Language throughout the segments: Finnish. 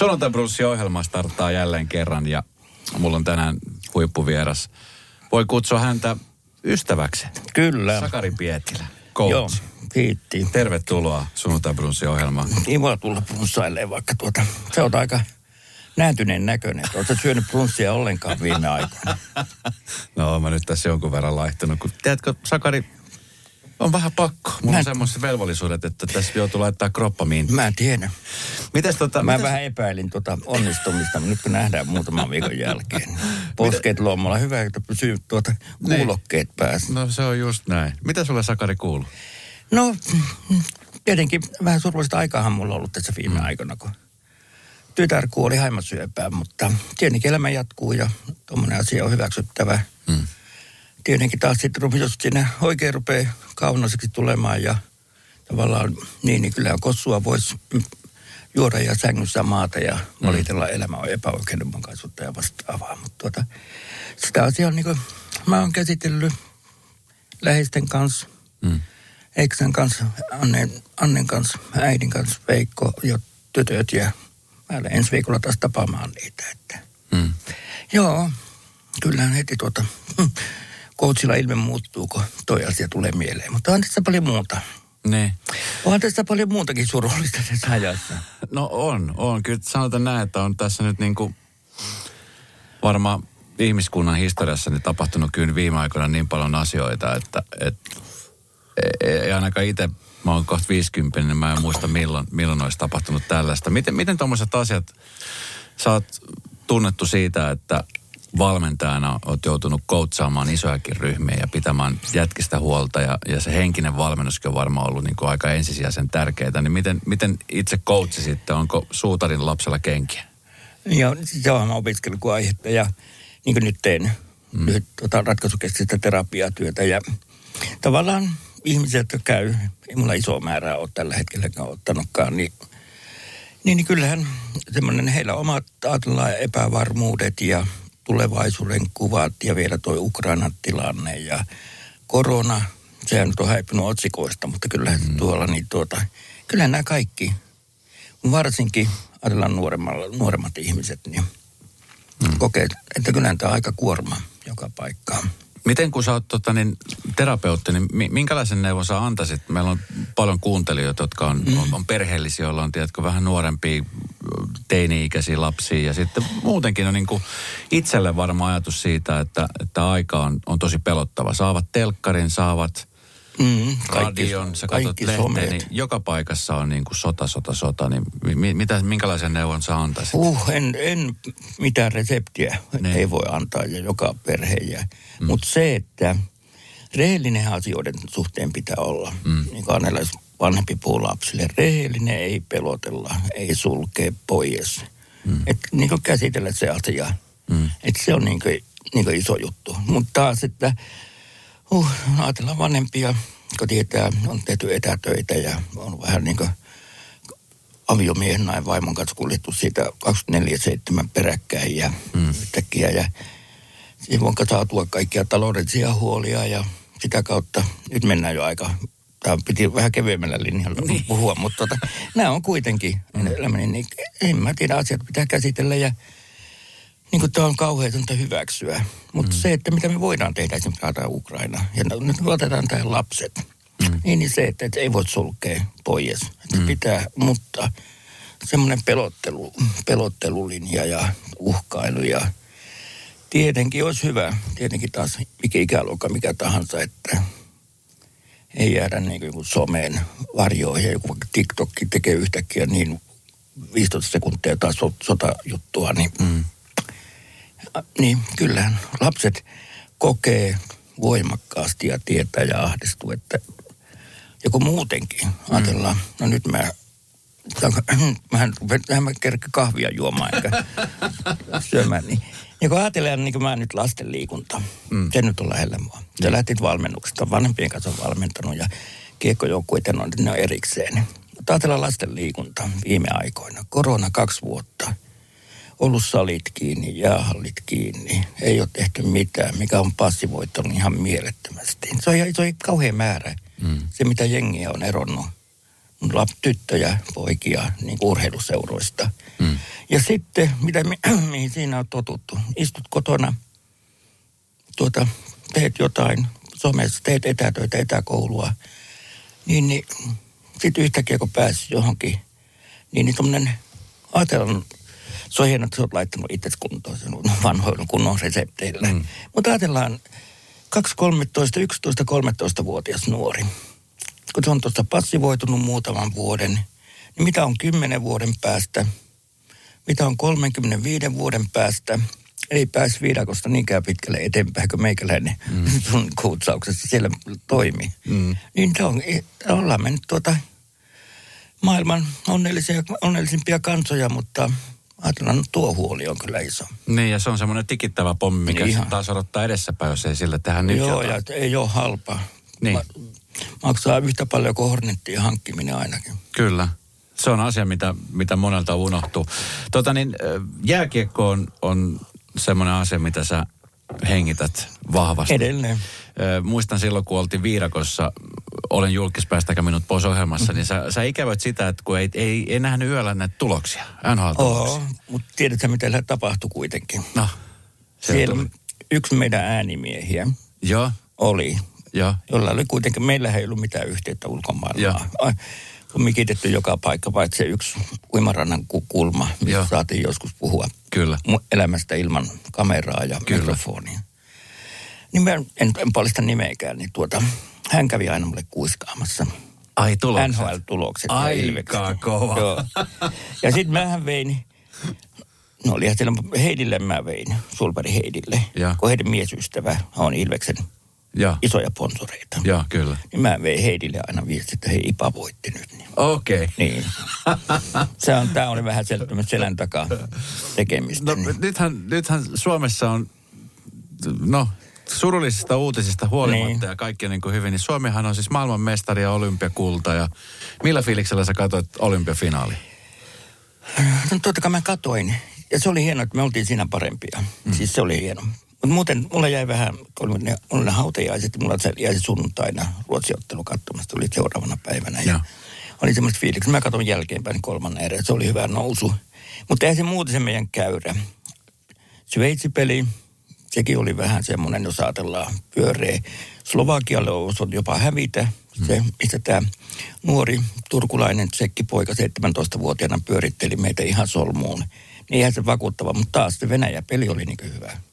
Sunnuntai Brunssi-ohjelma starttaa jälleen kerran ja mulla on tänään huippuvieras. Voi kutsua häntä ystäväksi. Kyllä. Sakari Pietilä, coach. Joo, kiitti. Tervetuloa Sunnuntai Brunssi-ohjelmaan. Ei voi tulla brunssailemaan, vaikka se on aika nääntyneen näköinen. Oletko syönyt brunssia ollenkaan viime aikoina? No, mä nyt tässä jonkun verran laihtunut, kun tiedätkö, Sakari, on vähän pakko. Mulla on semmoiset velvollisuudet, että tässä joutuu laittaa kroppamiin. Mä tiedän. Mites vähän epäilin onnistumista, mutta nyt kun nähdään muutaman viikon jälkeen. Poskeet lommalla hyvä, että pysyy kuulokkeet päässä. No se on just näin. Mitä sulle, Sakari, kuuluu? No, tietenkin vähän survallista aikaahan mulla on ollut tässä viime aikoina, kun tytär kuoli haimasyöpään, mutta tietenkin elämä jatkuu ja tuommoinen asia on hyväksyttävä. Tietenkin taas sitten, jos sinne oikein rupeaa kaunaiseksi tulemaan ja tavallaan niin kyllähän kossua voisi juoda ja sängyssä maata ja valitella elämä on epäoikeudenmukaisuutta ja vastaavaa. Mutta sitä asiaa niin kuin mä oon käsitellyt läheisten kanssa, Eksän kanssa, Annen kanssa, äidin kanssa, Veikko ja tytöt ja mä olen ensi viikolla taas tapaamaan niitä. Että. Joo, kyllähän heti coachilla ilme muuttuu, kun toi asia tulee mieleen. Mutta on tässä paljon muuta. Ne. Onhan tässä paljon muutakin surullista tässä ajassa. No on. Kyllä sanotaan näin, että on tässä nyt niinku varmaan ihmiskunnan historiassa niin tapahtunut kyllä viime aikoina niin paljon asioita, että ei ainakaan itse, mä oon kohta 50, niin mä en muista milloin olisi tapahtunut tällaista. Miten tommoiset asiat, sä oot tunnettu siitä, että valmentajana oot joutunut coachaamaan isojakin ryhmiä ja pitämään jätkistä huolta ja se henkinen valmennuskin on varmaan ollut niin kuin aika ensisijaisen tärkeää. Niin miten itse coachisitte? Onko suutarin lapsella kenkiä? Joo, mä opiskelin kuin aihetta ja niin kuin nyt teen ratkaisukeskeistä terapiatyötä ja tavallaan ihmiset, jotka käy, ei mulla iso määrää ole tällä hetkellä ottanutkaan, niin kyllähän semmoinen heillä omat ajatellaan epävarmuudet ja tulevaisuuden kuvat ja vielä toi Ukrainan tilanne ja korona, sehän nyt on häipynyt otsikoista, mutta kyllähän tuolla kyllähän nämä kaikki, varsinkin ajatellaan nuoremmat ihmiset, niin kokee, että kyllähän tämä on aika kuorma joka paikkaan. Miten kun sä oot terapeutti, niin minkälaisen neuvon sä antaisit? Meillä on paljon kuuntelijoita, jotka on perheellisiä, joilla on tiedätkö, vähän nuorempia teini-ikäisiä lapsia. Ja sitten muutenkin on niin kuin itselle varma ajatus siitä, että aika on tosi pelottava. Saavat telkkarin, saavat radion, sä katsot lehteen, niin joka paikassa on niin kuin sota. Niin minkälaisen neuvon sä antaisit? En mitään reseptiä ei voi antaa ja joka perhe. Mutta se, että rehellinen asioiden suhteen pitää olla, niin kuin Annella vanhempi puhuu lapsille, rehellinen ei pelotella, ei sulkea pois. Että niin kuin käsitellä se asia. Että se on niin kuin iso juttu. Mutta taas, että ajatellaan vanhempia, kun tietää, on tehty etätöitä ja on vähän niin kuin aviomiehen näin vaimon kanssa kuljettu siitä 24/7 peräkkäin ja yhtäkkiä ja siihen on saatua kaikkia taloudellisia huolia ja sitä kautta nyt mennään jo aika, tämä piti vähän kevyemmällä linjalla puhua, mutta nämä on kuitenkin elämäni, niin en mä tiedä, asiat pitää käsitellä ja niin kuin tämä on kauheatonta hyväksyä. Mutta se, että mitä me voidaan tehdä, esimerkiksi Ukraina, ja nyt otetaan tähän lapset, niin se, että ei voi sulkea pois. Että pitää, mutta semmoinen pelottelulinja ja uhkailu ja tietenkin olisi hyvä, tietenkin taas ikäluokka mikä tahansa, että ei jäädä niin kuin someen varjoihin. Ja joku TikTok tekee yhtäkkiä niin 15 sekuntia taas sotajuttua, niin kyllähän lapset kokee voimakkaasti ja tietää ja ahdistuu, että joku muutenkin ajatellaan, no nyt mä kerke kahvia juomaan eikä syömään, niin kun ajatellaan niin kuin mä nyt lasten liikunta, se nyt on lähellä mua. Sä lähtit valmennuksesta, vanhempien kanssa on valmentanut ja kiekkojoukkueiden ne on erikseen. Mutta ajatellaan lasten liikunta viime aikoina, korona 2 vuotta. Ollut salit kiinni, jäähallit kiinni, ei ole tehty mitään, mikä on passivoittanut ihan mielettömästi. Se on kauhean määrä, se mitä jengiä on eronnut, tyttöjä, poikia, niin urheiluseuroista. Ja sitten, mihin siinä on totuttu. Istut kotona, teet jotain somessa, teet etätöitä, etäkoulua. Niin sitten yhtäkkiä kun pääsisi johonkin, niin tommonen, ajatellaan, se on hienoa, että sä oot laittanut itse kuntoon sen vanhoilla kunnon resepteillä. Mutta ajatellaan 11-13-vuotias nuori. Kun se on tuosta passivoitunut muutaman vuoden, niin mitä on 10 vuoden päästä, mitä on 35 vuoden päästä, ei pääsi viidakosta niinkään pitkälle eteenpäin, kun meikäläinen sun kuutsauksessa siellä toimi. Niin ollaan mennyt maailman onnellisimpia kansoja, mutta ajatellaan, tuo huoli on kyllä iso. Niin, ja se on semmoinen tikittävä pommi, mikä niin taas odottaa edessäpäin, jos ei sille tehdä nyt jotain. Joo, ja ei ole halpa. Niin. Maksaa yhtä paljon kuin Hornettien hankkiminen ainakin. Kyllä. Se on asia, mitä monelta unohtuu. Jääkiekko on semmoinen asia, mitä sä hengität vahvasti. Edelleen. Muistan silloin, kun oltiin Viidakossa, olen julkispäästäkä minut pois ohjelmassa, niin sä ikävöit sitä, että kun ei nähnyt yöllä näitä tuloksia, NHL-tuloksia. Mutta tiedätkö, mitä siellä tapahtui kuitenkin? No, siellä yksi meidän äänimiehiä oli, jolla oli kuitenkin, meillähän ei ollut mitään yhteyttä ulkomaailmaa. On mikitetty joka paikka, paitsi se yksi uimarannan kulma, missä saatiin joskus puhua elämästä ilman kameraa ja mikrofonia. Niin mä en paljasta nimeäkään, niin hän kävi aina mulle kuiskaamassa. Ai, tulokset. NHL-tulokset. Aika kova. Joo. Ja sitten mähän vein, no olihan siellä Heidille mä vein, Sulberg Heidille, kun heidän miesystävä on Ilveksen isoja sponsoreita. Joo, kyllä. Niin mä vein Heidille aina viesti, että hei, Ipa voitti nyt. Niin. Okei. Niin. Tää oli vähän selän takaa tekemistä. No niin. nythän Suomessa on, surullisista uutisista huolimatta ja kaikki niin kuin hyvin, niin Suomihan on siis maailmanmestari ja olympiakulta. Ja millä fiiliksellä sä katsoit olympiafinaalia? No totta kai mä katoin. Ja se oli hienoa, että me oltiin siinä parempia. Siis se oli hieno. Mutta muuten mulla jäi vähän, kun oli ne hautajaiset, mulla jäi sunnuntaina Ruotsi-ottelu katsomasta, oli seuraavana päivänä. Ja oli semmoista fiilikset. Mä katsoin jälkeenpäin 3. erää, se oli hyvä nousu. Mutta eihän se muuten se meidän käyrä. Sveitsi-peli, sekin oli vähän semmoinen, jos ajatellaan pyöreä. Slovakialle on jopa hävitä. Se, mistä tämä nuori turkulainen tsekkipoika 17-vuotiaana pyöritteli meitä ihan solmuun. Niin eihän se vakuuttava, mutta taas se Venäjä-peli oli niin kuin hyvä.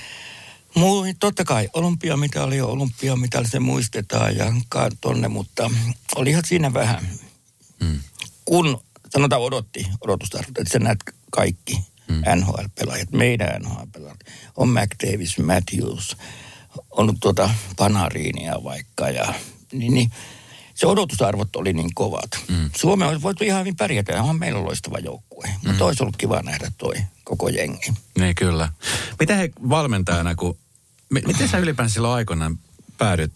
Totta kai olympiamitali se muistetaan ja tonne, mutta olihan siinä vähän. Kun sanotaan odotustarvot, että sä näet kaikki NHL-pelaajat, meidän NHL-pelaajat, on McDavis, Matthews, on Panarinia vaikka ja niin se odotusarvot oli niin kovat. Suomi olisi voitu ihan hyvin pärjätä, onhan meillä on loistava joukkue. Mutta olisi ollut kiva nähdä toi koko jengi. Niin kyllä. Miten he valmentajana, miten sä ylipäänsä silloin aikoinaan päädyt?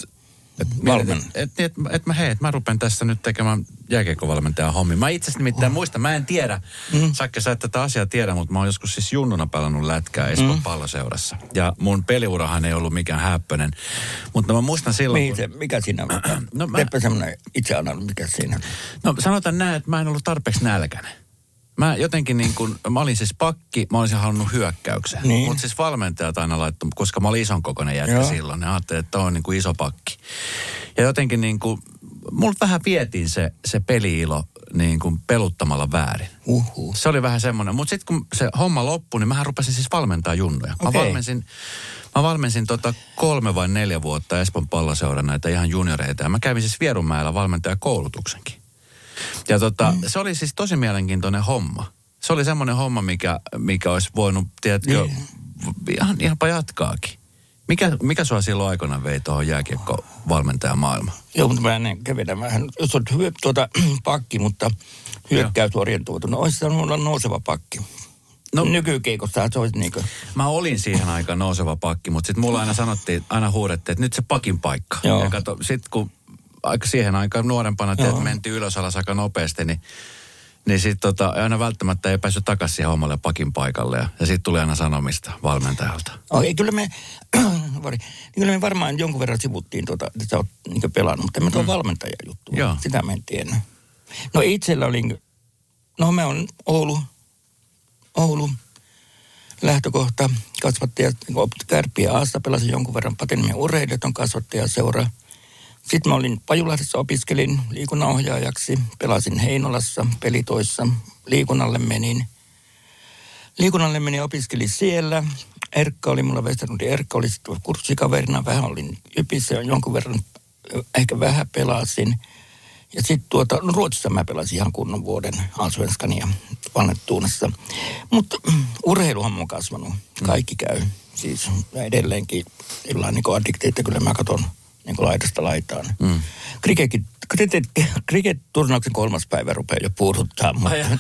Mä rupean tässä nyt tekemään jääkiekkovalmentajan hommia. Mä itse asiassa nimittäin muistan, mä en tiedä, Sakke, sä et tätä asiaa tiedä, mutta mä oon joskus siis junnuna pelannut lätkää Espoon palloseurassa. Ja mun peliurahan ei ollut mikään häppönen. Mutta mä muistan silloin, mikä siinä on? Teepä semmoinen itseanalyysi, mikä siinä? No sanotaan näin, että mä en ollut tarpeeksi nälkäinen. Mä jotenkin mä olin siis pakki, mä olisin halunnut hyökkäyksen. Niin. Mutta siis valmentajat aina laittoi, koska mä olin ison kokoinen jätkä silloin. Ne ajattelivat, että on iso pakki. Ja jotenkin mulla vähän vietiin se peli-ilo peluttamalla väärin. Se oli vähän semmoinen. Mutta sitten kun se homma loppui, niin mähän rupesin siis valmentaa junnuja. Mä valmensin 3 vai 4 vuotta Espoon palloseuran näitä ihan junioreita. Ja mä kävin siis Vierunmäellä valmentajakoulutuksenkin. Ja se oli siis tosi mielenkiintoinen homma. Se oli semmoinen homma, mikä olisi voinut, tiedätkö, ihanpa jatkaakin. Mikä sua silloin aikoinaan vei tuohon jääkiekkovalmentajan maailmaan? Joo, mutta mä en kävedä vähän. Jos on pakki, mutta hyökkäysorientoitunut, olisi saanut olla nouseva pakki. No, nykykeikossa se olisi niin kuin. Mä olin siihen aikaan nouseva pakki, mutta sitten mulla aina huudettiin, että nyt se pakin paikka. Joo. Ja kato, sitten kun siihen aikaan nuorempana mentiin ylös alas aika nopeasti, niin sitten aina välttämättä ei päässyt takaisin siihen omalle pakin paikalle. Ja sitten tuli aina sanomista valmentajalta. Kyllä me varmaan jonkun verran sivuttiin että sä oot niin pelannut, mutta me tuon valmentajan juttu. Sitä mä en tiedä. No itsellä oli, me on Oulu, Oulu. Lähtökohta kasvattaja, Kärppiä Aassa pelasin jonkun verran Patiniemen Urheilijaton kasvattajaseura. Sitten mä olin Pajulahdessa, opiskelin liikunnanohjaajaksi, pelasin Heinolassa, pelitoissa, liikunnalle menin, opiskelin siellä. Erkka oli mulla, Westerlundin Erkka oli sitten kurssikaverina, vähän olin Jypissä ja jonkun verran, ehkä vähän pelasin. Ja sitten Ruotsissa mä pelasin ihan kunnon vuoden Allsvenskania Vannettuunessa. Mutta urheiluhan mun on kasvanut, kaikki käy. Siis edelleenkin jollain niin addikteita, kyllä mä katson niin laidasta laitaan. Cricket-turnauksen 3. päivä rupeaa jo puuduttaa, mutta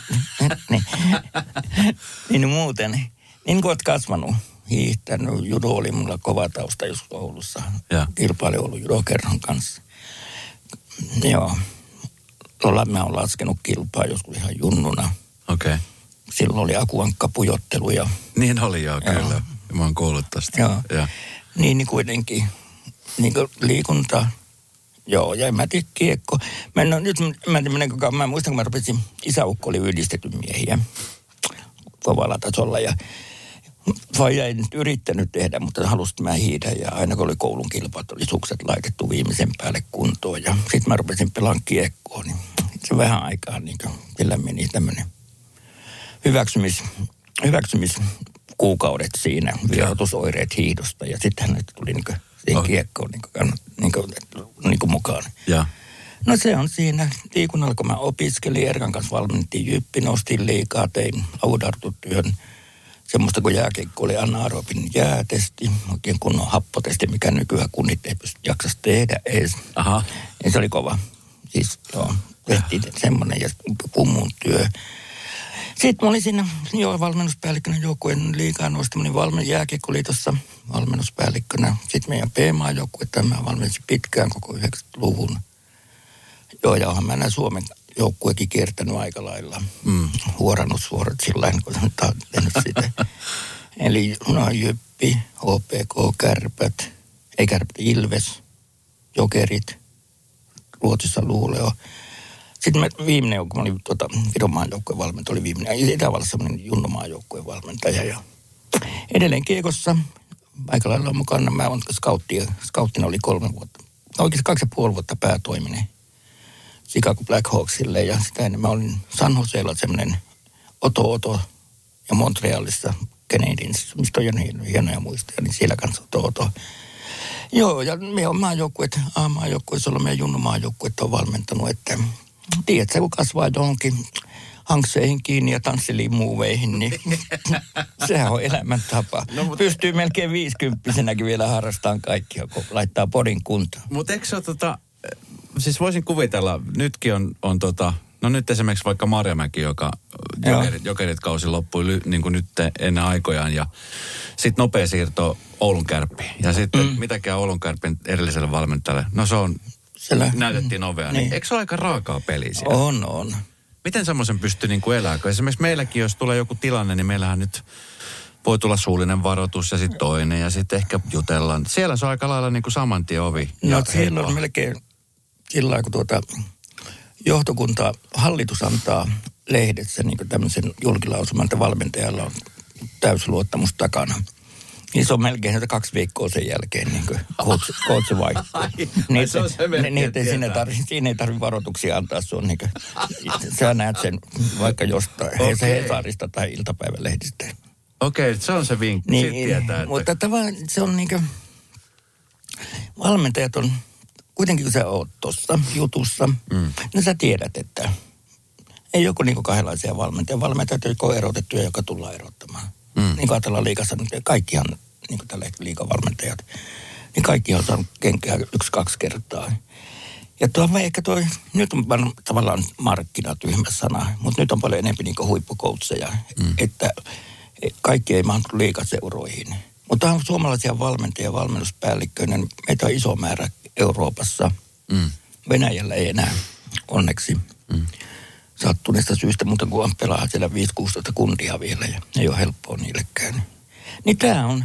niin muuten. Niin kuin oot kasvanut, hiihtänyt, judo oli mulla kova tausta just Oulussa. Kilpailu ollut judokerhon kanssa. Joo. Tuolla mä oon laskenut kilpaa joskus ihan junnuna. Okei. Okay. Silloin oli akuankkapujottelu ja... Niin oli joo, kyllä. Mä oon kuullut tästä. Joo. Ja. Niin kuitenkin niin kuin liikunta. Joo, ja en mä tiedä kiekko. Mä muistan, kun mä rupesin, isäukko oli yhdistetty miehiä kovalla tasolla ja vai ei nyt yrittänyt tehdä, mutta halusin mä hiidä ja aina kun oli koulun kilpat, oli sukset laitettu viimeisen päälle kuntoon ja sitten mä rupesin pelaan kiekkoa, niin se vähän aikaa niin kuin, sillä meni tämmöinen hyväksymiskuukaudet siinä, vierotusoireet hiihdosta ja sitten hän tuli niin kuin siihen kiekkoon niin kuin mukaan. Ja. No se on siinä liikunnalla, kun mä opiskelin, Erkan kanssa valmennettiin Jyppi, nostin liikaa, tein laudartutyön. Semmoista kuin jääkeikko oli anaerobin jäätesti, oikein kunnon happotesti, mikä nykyään kunnit ei jaksaisi tehdä edes. Aha. Ja se oli kova. Siis joo, tehtiin semmoinen ja kummun työ. Sitten mä olin siinä valmennuspäällikkönä joukkueen liikaa nostaminen jääkiekkoliitossa valmennuspäällikkönä. Sitten meidän PMA-joukkuetta mä valmensin pitkään koko 90-luvun. Joo, ja onhan mä näin Suomen joukkuekin kiertänyt aika lailla. Huorannusvuorot sillä lailla, kun on tehnyt sitä. Eli Jyppi, HPK, Kärpät, Ilves, Jokerit, Ruotsissa Luuleo. Sitten viimeinen, kun mä olin Viron maajoukkueen valmentaja, oli viimeinen. Itävallassa semmoinen Junno maajoukkueen valmentaja. Ja edelleen kiekossa aika lailla on mukana. Mä olen skauttina oli 3 vuotta. Oikeasti 2,5 vuotta päätoiminen Chicago Blackhawksille. Ja sitä ennen mä olin San Joseella semmoinen Oto ja Montrealissa Canadiens, mistä on jo niin hienoja muistoja, niin siellä kanssa Oto. Joo, ja me on maajoukkueet, A-maajoukkueessa on meidän Junno maajoukkueet on valmentanut, että tiedätkö, kun kasvaa johonkin hankseihin kiinni ja tanssilimuuveihin, niin sehän on elämäntapa. No, mutta pystyy melkein 50-vuotiaanakin vielä harrastamaan kaikkia, kun laittaa podin kuntoon. Mutta eikö se ole siis voisin kuvitella, nytkin on no nyt esimerkiksi vaikka Marjamäki, joka Jokerit kausi loppui niin kuin nyt ennen aikojaan ja sitten nopea siirto Oulun Kärppiin. Ja sitten mitä käy Oulun Kärppin erilliselle valmentajalle? No se on, näytettiin ovea. Niin. Eikö se ole aika raakaa peliä siellä? On. Miten semmoisen pystyy niin kuin elämään? Esimerkiksi meilläkin, jos tulee joku tilanne, niin meillähän nyt voi tulla suullinen varoitus ja sitten toinen ja sitten ehkä jutellaan. Siellä se on aika lailla niin kuin saman tien ovi. No siellä on melkein sillä lailla, kun johtokunta, hallitus antaa lehdessä niin kuin tämmöisen julkilausuman, että valmentajalla on täysluottamus takana. Niin se on melkein 2 viikkoa sen jälkeen niin kuin coach vaihtuu. Niin se on se merkki, että siinä ei tarvitse varoituksia antaa sun. Niin sä näet sen vaikka jostain Hesarista tai iltapäivälehdistä. Okei, se on se vinkki. Niin, tietää, että mutta tavallaan se on niin kuin, valmentajat on, kuitenkin kun sä oot tuossa jutussa, niin sä tiedät, että ei joku niin kuin kahdenlaisia valmentajia. Valmentajat on joko erotettuja, joka tullaan erottamaan. Niin kuin ajatellaan liigassa, niin kaikkihan, niin kuin tällä liigavalmentajat, niin kaikki on saanut kenkää 1-2 kertaa. Ja ehkä nyt on tavallaan markkinatyhmä sana, mutta nyt on paljon enemmän niin kuin huippukoutseja, että kaikki ei mahdu liigaseuroihin. Mutta on suomalaisia valmentajia, valmennuspäällikköjä, niin meitä on iso määrä Euroopassa. Venäjällä ei enää onneksi sattuneesta syystä, mutta kun on pelaa siellä 5-16 kundia vielä ja ei ole helppoa niillekään. Niin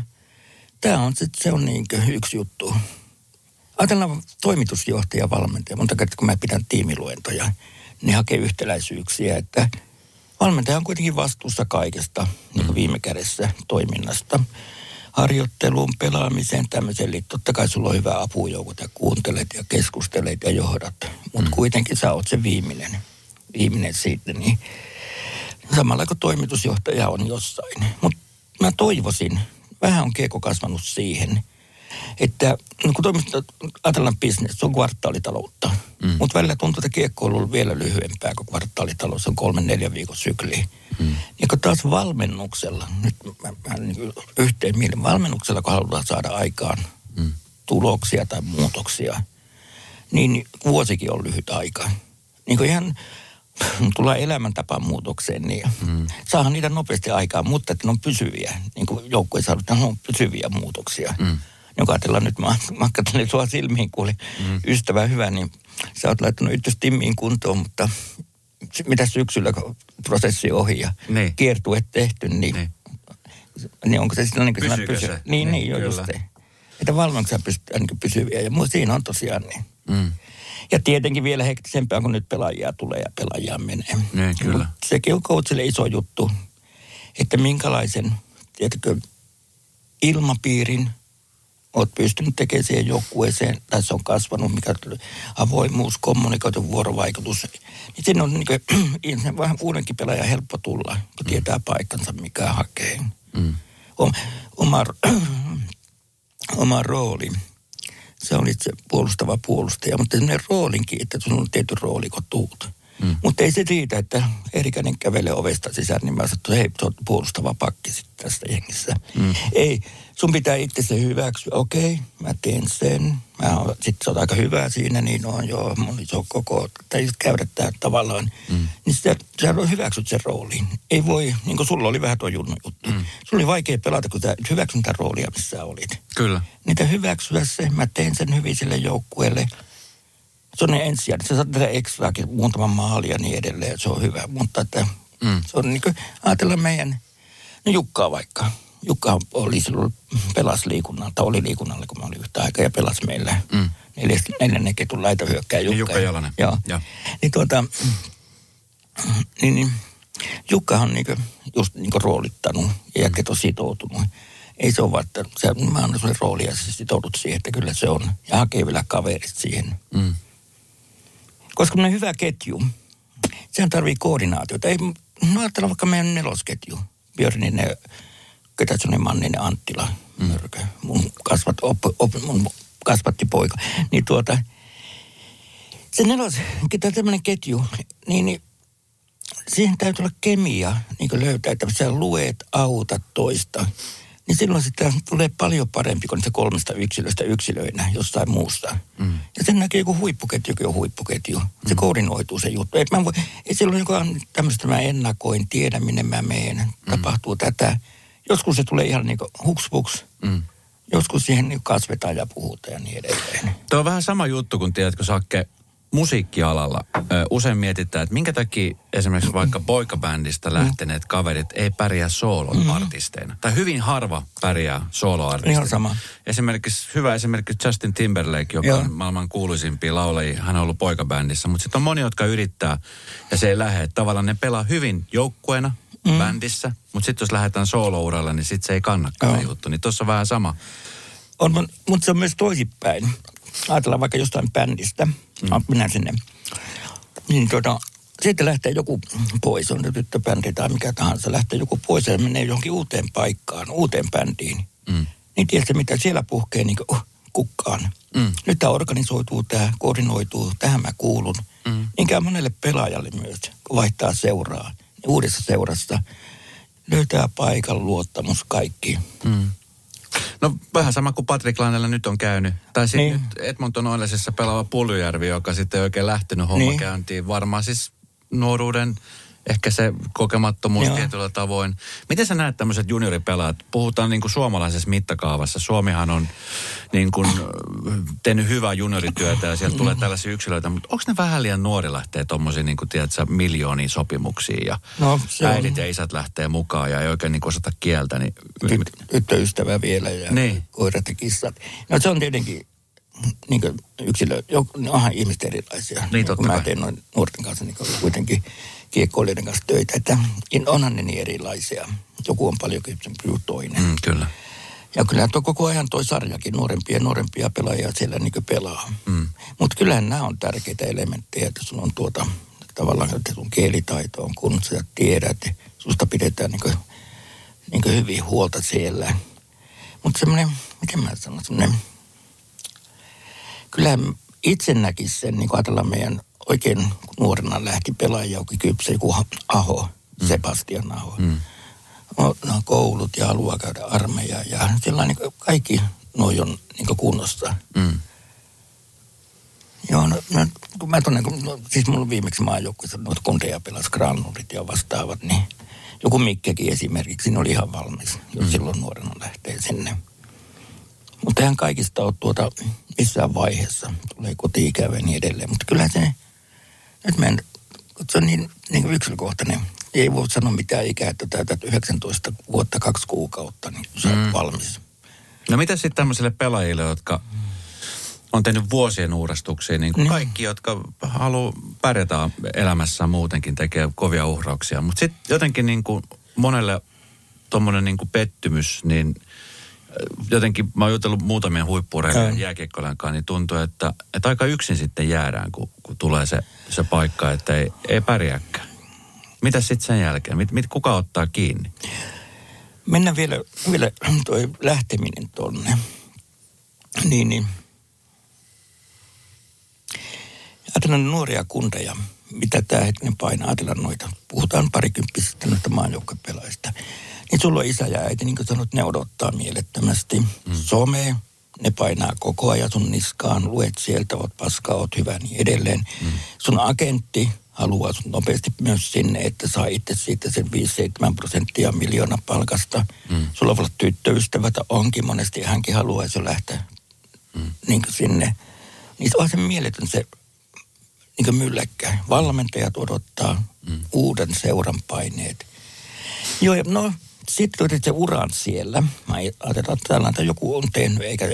se on niin kuin yksi juttu. Ajatellaan toimitusjohtaja valmentaja. Monta kertaa kun mä pidän tiimiluentoja, niin hakee yhtäläisyyksiä, että valmentaja on kuitenkin vastuussa kaikesta niin kuin viime kädessä toiminnasta. Harjoitteluun, pelaamiseen, tämmöiseen. Eli totta kai sulla on hyvä apujoukot ja kuuntelet ja keskustelet ja johdat. Mutta kuitenkin sä oot se viimeinen siitä. Niin samalla kuin toimitusjohtaja on jossain. Mutta mä toivoisin, vähän on Kiekko kasvanut siihen, että no kun ajatellaan business, se on kvartaalitaloutta. Mutta välillä tuntuu, että Kiekko on ollut vielä lyhyempää kuin kvartaalitalous, se on 3-4 viikon sykli. Niin kun taas valmennuksella, nyt mä niin yhteen mielen valmennuksella, kun halutaan saada aikaan tuloksia tai muutoksia, niin vuosikin on lyhyt aika. Niin kuin ihan tullaan elämäntapamuutokseen, niin saahan niitä nopeasti aikaan, mutta että ne on pysyviä. Niin kuin joukkueessa sanotaan, ne on pysyviä muutoksia. Niin kun ajatellaan nyt, mä katselin sua silmiin, kun oli ystävä hyvä, niin sä oot laittanut ykköstimmiin kuntoon, mutta mitä syksyllä, kun prosessi ohi ja kiertueet tehty, niin onko se sitten niin kuin pysyykö se? Niin, just se. Että valmennuksella pystytään niin pysyviä ja siinä on tosiaan niin. Ja tietenkin vielä hektisempää, kun nyt pelaajia tulee ja pelaajia menee. Kyllä. Sekin on coachille iso juttu, että minkälaisen, tiedätkö, ilmapiirin olet pystynyt tekemään siihen joukkueeseen, tai se on kasvanut, mikä avoimuus, kommunikoitu, vuorovaikutus. Niin siinä on niin vähän uudenkin pelaajan helppo tulla, kun tietää paikkansa, mikä hakee. Oma rooli. Se on itse puolustava puolustaja, mutta sellainen roolinkin, että sun on tietty rooli, kun tuut. Mutta ei se riitä, että Eerikäinen kävelee ovesta sisään, niin mä sanon, että hei, se on puolustava pakki sitten tästä jengissä. Ei, sun pitää itse se hyväksyä. Okei, mä teen sen. Sitten se on aika hyvä siinä, niin on joo, mun iso koko, tai käydä tää tavallaan. Niin sä hyväksyt sen rooliin. Ei voi, niin kuin sulla oli vähän tuo junnu juttu. Sulla oli vaikea pelata, kun sä hyväksyn tämän roolia, missä sä olit. Kyllä. Niitä hyväksyä se, mä teen sen hyvin sille joukkueelle. Se on ne ensisijainen. Se saattaa tehdä ekstraakin muutaman maali ja niin edelleen. Se on hyvä, mutta että se on niin kuin, ajatellaan meidän, no Jukkaa vaikka. Jukka oli silloin, pelasi liikunnalla, tai oli liikunnalla, kun mä olin yhtä aikaa ja pelasi meillä. 4. ketun laitahyökkää Jukka. Jukka Jalonen. Joo. Niin Jukkahan on niinku, just niinku roolittanut ja jätket on sitoutunut. Ei se ole vaan, että mä annan sulle roolia ja sä sitoudut siihen, että kyllä se on. Ja hakee vielä kaverit siihen. Koska me hyvä ketju, sehän tarvii koordinaatiota. Ei, no ajatellaan vaikka meidän 4. ketju. Björninen, Ketätsonen, Manninen, Anttila, Mörkö. Mun kasvatti poika. Niin se 4. tämmöinen ketju, niin siihen täytyy olla kemia, niin kuin löytää, että sä luet, autat toista. Niin silloin sitä tulee paljon parempi kuin niistä 3 yksilöistä yksilöinä jossain muussa. Ja sen näkee joku huippuketjukin on huippuketju. Se koordinoituu se juttu. Ei silloin jokaan tämmöistä mä ennakoin, tiedä minne mä menen, tapahtuu tätä. Joskus se tulee ihan niin kuin huks-puks. Joskus siihen niin kasvetaan ja puhutaan ja niin edelleen. Tuo on vähän sama juttu, kun tiedätkö Sakke, musiikkialalla usein mietitään, että minkä takia esimerkiksi vaikka poikabändistä lähteneet kaverit ei pärjää soolo-artisteina. Tai hyvin harva pärjää soolo-artisteina. Ihan sama. Hyvä esimerkki Justin Timberlake, joka on maailman kuuluisimpia laulajia. Hän on ollut poikabändissä, mutta sitten on moni, jotka yrittää ja se ei lähde. Tavallaan ne pelaa hyvin joukkueena bändissä, mutta sitten jos lähdetään soolo-uralle, niin sitten se ei kannakaan juttu. Niin tuossa on vähän sama. Mutta se on myös toisinpäin. Ajatellaan vaikka jostain bändistä, mennään sinne, niin sitten lähtee joku pois, on nyt tyttöbändi tai mikä tahansa, lähtee joku pois ja menee johonkin uuteen paikkaan, uuteen bändiin. Niin tiedätkö, mitä siellä puhkee niin kukkaan. Nyt tämä organisoituu, tämä koordinoituu, tähän mä kuulun. Niin käy monelle pelaajalle myös, kun vaihtaa seuraa. Niin uudessa seurassa löytää paikan, luottamus, kaikki. No vähän sama kuin Patrik Lainella nyt on käynyt. Tai sitten nyt Edmonton Oilesissa pelaava Puljujärvi, joka sitten ei oikein lähtenyt homma käyntiin. Varmaan siis nuoruuden, ehkä se kokemattomuus tietyllä tavoin. Miten sä näet tämmöiset junioripelaat? Puhutaan niin kuin suomalaisessa mittakaavassa. Suomihan on niin kuin tehnyt hyvää juniorityötä ja sieltä tulee tällaisia yksilöitä. Mutta onko ne vähän liian nuori lähtee tommosia niin kuin tiedätkö, miljoonia sopimuksiin ja äidit ja isät lähtee mukaan ja ei oikein niin kuin osata kieltä? Niin tyttöystävä vielä ja koirat ja kissat. No se on tietenkin niin kuin yksilö, onhan ihmiset erilaisia. Niin, kun mä teen noin nuorten kanssa, niin kuitenkin kiekkoilijoiden kanssa töitä, että onhan ne niin erilaisia. Joku on paljon kypsempi kuin toinen. Kyllä. Ja kyllähän koko ajan toi sarjakin nuorempia pelaajia siellä niin kuin pelaa. Mutta kyllähän nämä on tärkeitä elementtejä, että sun on tavallaan, että sun kielitaito on kunnossa ja tiedät, että susta pidetään niin kuin hyvin huolta siellä. Mutta semmoinen, miten mä sanon, semmoinen, kyllähän itse näkisi sen, niin kuin ajatellaan meidän oikein nuorena lähti pelaajia, joku kypsä, joku Aho, Sebastian Aho. No, koulut ja haluaa käydä armeijaa ja sellainen kaikki noi on niin kunnossa. Joo, kun mä tunnen, siis mulla viimeksi maajoukkuissa noita kundeja pelasi granulit ja vastaavat, niin joku Mikkekin esimerkiksi, ne oli ihan valmis, jos silloin nuorena lähtee sinne. Mutta eihän kaikista ole missään vaiheessa, tulee koti-ikävä ja niin edelleen. Mutta kyllä se, nyt se on niin yksilökohtainen. Ei voi sanoa mitään ikää, että täytät 19 vuotta 2 kuukautta, niin sä oot valmis. No mitä sitten tämmöisille pelaajille, jotka on tehnyt vuosien uurastuksia, niin kuin kaikki, jotka haluaa pärjätä elämässään muutenkin, tekee kovia uhrauksia. Mutta sitten jotenkin niin kuin monelle tommoinen niin kuin pettymys, niin jotenkin mä oon jutellut muutamien huippu-urheilijan jääkiekkoilijan kanssa, niin tuntuu, että aika yksin sitten jäädään, kun tulee se paikka, että ei pärjääkään. Mitäs sitten sen jälkeen? Kuka ottaa kiinni? Mennään vielä toi lähteminen tonne. Niin. Ajatellaan nuoria kundeja, mitä tämä hetken painaa. Ajatellaan noita. Puhutaan parikymppisistä noita maajoukkuepelaajista. Niin sulla on isä ja äiti, niin kuin sanot, ne odottaa mielettömästi. Some, ne painaa koko ajan sun niskaan. Luet sieltä, oot paskaa, oot hyvä, niin edelleen. Sun agentti haluaa sun nopeasti myös sinne, että saa itse siitä sen 5-7% miljoona palkasta. Sulla voi olla tyttöystävät, onkin monesti, hänkin haluaisi jo lähteä niin sinne. Niin se on se mieletön se niin mylläkkä. Valmentajat odottaa uuden seuran paineet. Joo, no sitten se uran siellä. Mä ajatellaan, että tällainen joku on tehnyt, eikä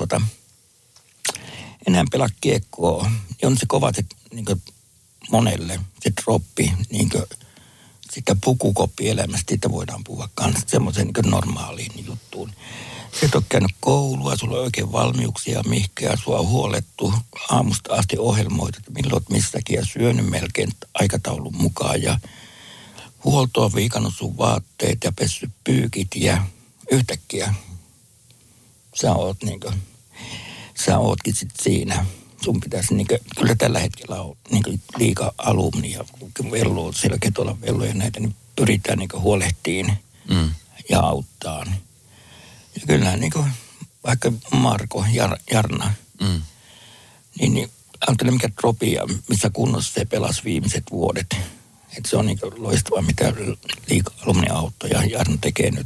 enää pelaa kiekkoa. Ja on se kova se niin monelle se droppi, niin kuin sitä pukukoppielämästä, siitä voidaan puhua kanssa semmoisen niin normaaliin juttuun. Se et ole käynyt koulua, sulla on oikein valmiuksia, mihinkä sua on huolettu aamusta asti ohjelmoita, että milloin olet missäkin ja syönyt melkein aikataulun mukaan ja huoltoa viikannut sun vaatteet ja pessyt pyykit ja yhtäkkiä sä ootkin sit siinä. Sun pitäisi, kyllä tällä hetkellä on liiga alumni ja vello, siellä Ketolan vello ja näitä, niin pyritään huolehtiin ja auttaan. Ja kyllähän vaikka Marko, Jarna, niin ajattele mikä tropia, missä kunnossa se pelasi viimeiset vuodet. Että se on loistavaa, mitä liiga alumni auttaa ja Jarna tekee nyt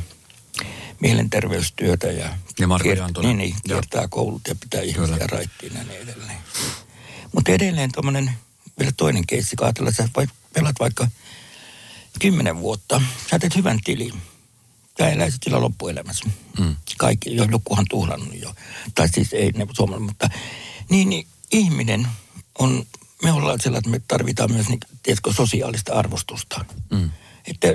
mielenterveystyötä ja Marko Jantunen. Niin, kiertää koulut ja pitää ihmisiä raittiin ja niin edelleen. Mutta edelleen tuommoinen vielä toinen keissi, kun ajatellaan, että sä pelat vaikka 10 vuotta, sä teet hyvän tilin. Sä eläisit sillä loppuelämässä. Kaikki, jokuhan tuhlannut jo. Tai siis ei ne suomalainen, mutta niin ihminen on, me ollaan sellainen, että me tarvitaan myös sosiaalista arvostusta. Että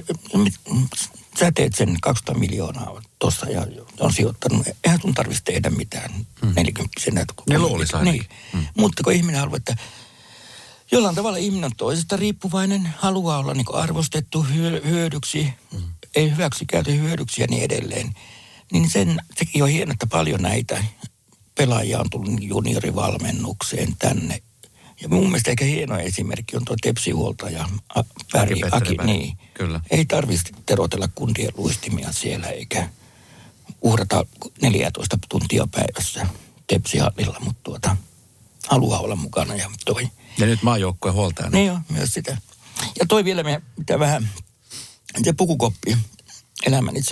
sä teet sen 200 miljoonaa tuossa ja on sijoittanut. Eihän sun tarvitsisi tehdä mitään 40-vuotiaana. Ne luulisi aina. Niin. Mutta kun ihminen haluaa, että jollain tavalla ihminen on toisesta riippuvainen, haluaa olla arvostettu hyödyksi, ei hyväksikäyty hyödyksi ja niin edelleen. Niin sekin on hienoa, että paljon näitä pelaajia on tullut juniorivalmennukseen tänne. Ja mun mielestä eikä hieno esimerkki on tuo tepsihuoltaja Aki. Niin. Kyllä. Ei tarvitse terotella kundien luistimia siellä eikä uhrata 14 tuntia päivässä tepsihallilla, mutta haluaa olla mukana ja toi. Ja nyt maajoukkueen huoltajana. Niin joo, myös sitä. Ja toi vielä, mitä vähän, se pukukoppi elämä, niin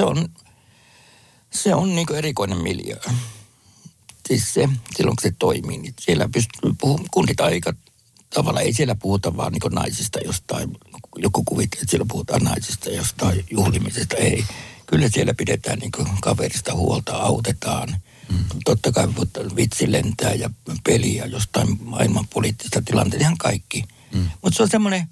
se on erikoinen miljöö. Siis silloin kun se toimii, niin siellä pystyy puhumaan, kundit aika tavalla ei siellä puhuta vaan naisista jostain, joku kuvittelee, että siellä puhutaan naisista jostain juhlimisesta, ei. Kyllä siellä pidetään kaverista huolta, autetaan. Totta kai vitsi lentää ja peliä jostain maailman poliittista tilanteesta, ihan kaikki. Mutta se on semmoinen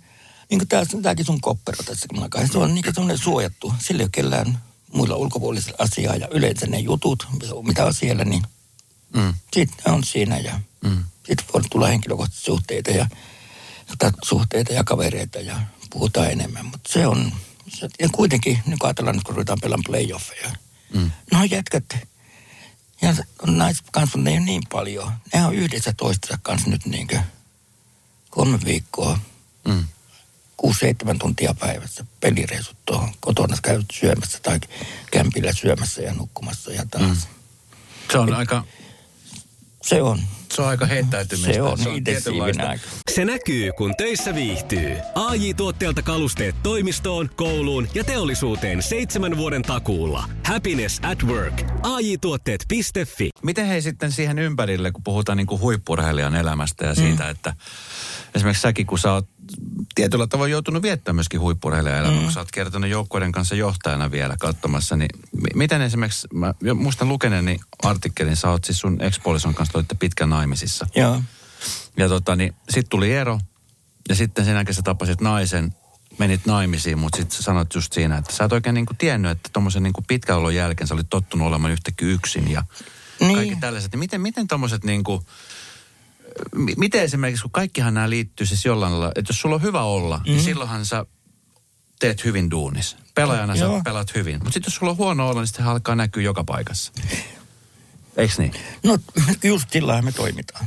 niin kuin tämäkin sun koppero tässä, kun alkaa. Se on niin kuin semmoinen suojattu. Sillä ei ole kellään muilla ulkopuolisilla asiaa. Ja yleensä ne jutut, mitä on siellä, niin sitten on siinä. Ja sitten voi tulla henkilökohtaisia suhteita ja kavereita ja puhutaan enemmän. Mutta se on, ja kuitenkin, niin kun ajatellaan, kun ruvetaan pelaamaan playoffeja. No jätkät, ja naiset kanssa ne ei ole niin paljon. Ne on yhdessä toistensa kanssa nyt niin kuin 3 viikkoa. 6-7 tuntia päivässä pelireisut tuohon. Kotona käyt syömässä tai kämpillä syömässä ja nukkumassa ja taas. Se on aika... Se on aika heittäytymistä. Se on intensiivinen aika. Se näkyy, kun töissä viihtyy. AJ-tuotteelta kalusteet toimistoon, kouluun ja teollisuuteen 7 vuoden takuulla. Happiness at work. AJ-tuotteet.fi. Miten hei sitten siihen ympärille, kun puhutaan niin kuin huippu-urheilijan elämästä ja siitä, että esimerkiksi säkin, kun sä oot tietyllä tavoin joutunut viettämään myöskin huippu-urheilijan elämää, kun sä oot kertonut joukkueiden kanssa johtajana vielä katsomassa, niin miten esimerkiksi, mä muistan lukeneeni artikkelin, sä oot siis sun ex-puolison kanssa olitte pitkän naimisissa. Joo. Ja sit tuli ero, ja sitten sen jälkeen sä tapasit naisen, menit naimisiin, mutta sitten sä sanoit just siinä, että sä et oikein niinku tiennyt, että tommosen niinku pitkän olon jälkeen sä olit tottunut olemaan yhtäkkiä yksin ja kaikki tällaiset. Miten tommoset niinku, miten esimerkiksi, kun kaikkihan nämä liittyy siis jollain lailla, että jos sulla on hyvä olla, niin silloinhan sä teet hyvin duunis. Pelaajana sä pelaat hyvin. Mutta sitten jos sulla on huono olla, niin sitten alkaa näkyä joka paikassa. Eiks niin? No just sillähän me toimitaan.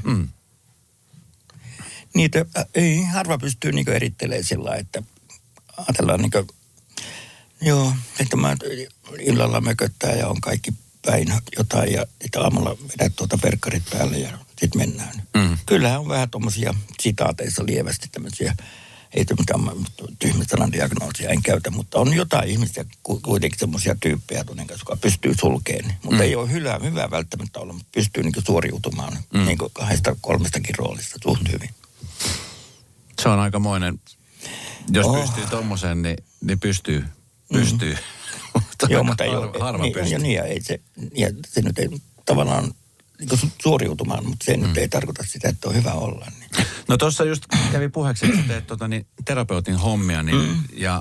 Niitä ei harva pystyy niinku erittelemään sillä, että ajatellaan niinku, että mä illalla mököttää ja on kaikki päin jotain ja sitten aamulla vedät verkkarit päälle ja sitten mennään. Kyllähän on vähän tommosia sitaateissa lievästi tämmöisiä, ei mitään tyhmä sanan diagnoosia, en käytä, mutta on jotain ihmisiä, kuitenkin semmoisia tyyppejä tunnen kanssa, joka pystyy sulkeen. Mutta ei ole hyvää välttämättä olla, mutta pystyy niinku suoriutumaan niinku 2-3 roolista suht hyvin. Se on aikamoinen, jos pystyy tommoseen, niin pystyy. Joo, mutta ei harva pystyy. Ja se nyt ei tavallaan niin suoriutumaan, mutta se nyt ei tarkoita sitä, että on hyvä olla. Niin. No tuossa just kävi puheeksi, että teet terapeutin hommia, niin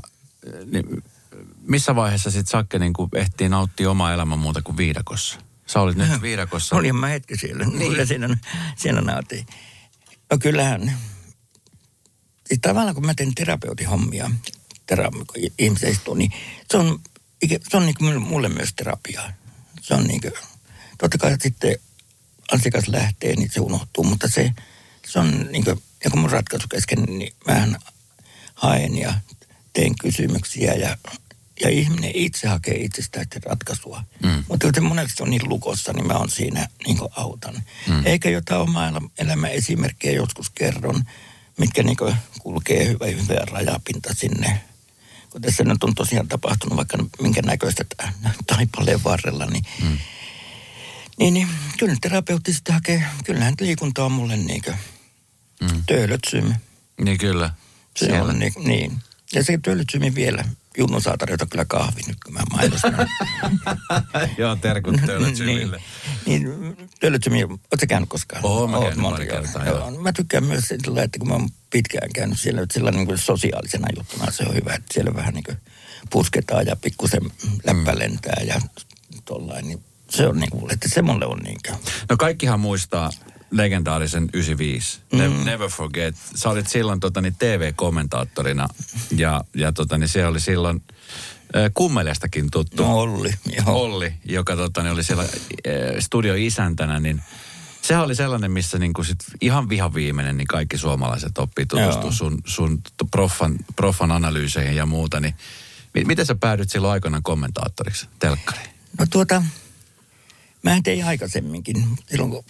missä vaiheessa sitten Sakke niin ehtii nauttia omaa elämän muuta kuin viidakossa? Sä olit nyt viidakossa. Olin mä hetki siellä. Niin. Siinä nautin. No kyllähän, tavallaan kun mä teen terapeutin hommia, ihmisiä istuu, niin se on niin kuin mulle myös terapiaa. Se on niin kuin, totta kai sitten asiakas lähtee, niin se unohtuu, mutta se on niin kuin, ja kun mun ratkaisu kesken, niin mähän haen ja teen kysymyksiä ja ihminen itse hakee itsestään ratkaisua. Mutta kun monesti on niin lukossa, niin mä oon siinä niin kuin autan. Eikä jotain omaa elämän esimerkkejä joskus kerron, mitkä niin kuin kulkee hyvä rajapinta sinne. Kun tässä nyt on tosiaan tapahtunut vaikka minkä näköistä taipaleen varrella, niin kyllä terapeutti sitten hakee, kyllähän liikunta on mulle niin kuin töölötsymi. Niin kyllä. Se on niin. Ja se töölötsymi vielä. Junnu saa tarjota kyllä kahvi nyt, kun mä mainostan. Joo, terkut töölötsymille. Niin, töölötsymi, ootko käynyt koskaan? Oon mä käynyt pari kertaa, joo. Mä tykkään myös sillä, että kun mä oon pitkään käynyt siellä, että sillä niin kuin sosiaalisena juttuna se on hyvä, että siellä vähän niin kuin pusketaan ja pikkusen läppä lentää ja tollain, niin se on niin kuin, että se mulle on niin kuin. No kaikkihan muistaa legendaarisen 95. Never forget. Sä olit silloin TV-kommentaattorina ja se oli silloin Kummelestakin tuttu. No Olli, joo. Olli, joka oli siellä studioisäntänä, niin sehän oli sellainen, missä niinku sit ihan vihaviimeinen, niin kaikki suomalaiset oppii tutustua sun proffan analyyseihin ja muuta. Niin miten sä päädyt silloin aikoinaan kommentaattoriksi telkkariin? No mä tein aikaisemminkin. Silloin kun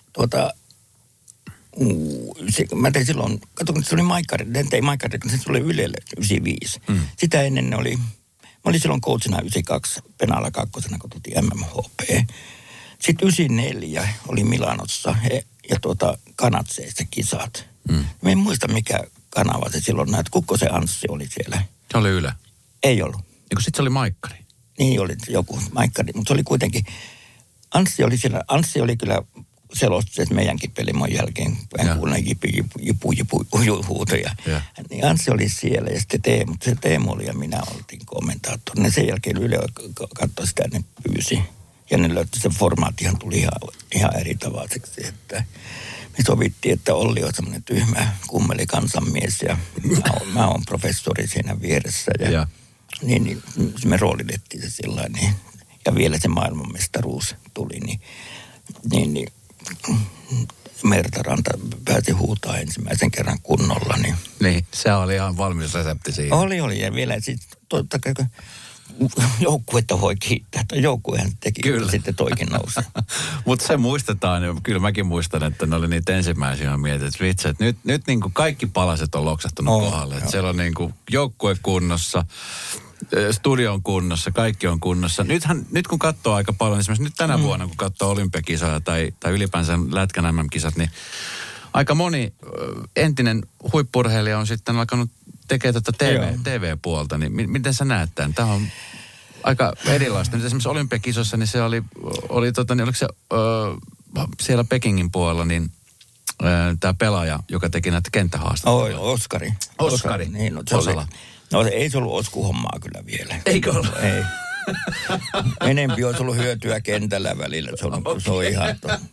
mä tein silloin, kun se oli Maikkari, kun se oli Ylelle 95. Sitä ennen mä olin silloin coachina 92, Penala 2, kun tultiin MMHP. Sitten 94 oli Milanossa ja Kanatseissa kisat. Mä en muista mikä kanava se silloin näet. Kukkosen Anssi oli siellä. Se oli Yle. Ei ollut. Niin sitten se oli Maikkari. Niin oli joku Maikkari, mutta se oli kuitenkin, Anssi oli siellä, Anssi oli kyllä selostus meidänkin pelimon jälkeen. Vähän kuulen jipu huutoja. Niin Anssi oli siellä ja sitten Teemu. Se Teemu oli ja minä oltiin kommentaattorina. Sen jälkeen Yle katsoi sitä, ne pyysi. Ja ne löytyi, se formaattihan tuli ihan eri tavalliseksi, että me sovittiin, että Olli on semmoinen tyhmä kummeli kansanmies ja mä oon professori siinä vieressä. Ja. Niin me roolitettiin se sillä niin. Ja vielä se maailmanmestaruus tuli, niin Merta Ranta pääsi huutaa ensimmäisen kerran kunnolla. Niin, se oli ihan valmis resepti siinä. Oli, ja vielä sitten totta kai joukkuetta voi kiittää. Joukkuehan teki sitten toikin nousi. Mutta se muistetaan, kyllä mäkin muistan, että ne oli niitä ensimmäisiä mietit, että vitsi, että nyt niin kuin kaikki palaset on loksahtunut kohdalle. Että siellä on niin kuin joukkue kunnossa, studio on kunnossa, kaikki on kunnossa. Nyt kun katsoo aika paljon, esimerkiksi nyt tänä vuonna, kun katsoo olympiakisoja tai ylipäänsä Lätkän MM-kisat, niin aika moni entinen huippu-urheilija on sitten alkanut tekemään tätä TV-puolta. Niin miten sä näet tämän? Tämä on aika erilaista. Nyt esimerkiksi olympiakisossa, niin se oli oliko se siellä Pekingin puolella, niin tämä pelaaja, joka teki näitä kenttähaastatteluja. Oskari. Niin, ei se ollut oskuhommaa kyllä vielä. Eikö ollut? Ei. Enempi olisi ollut hyötyä kentällä välillä. Se on ihan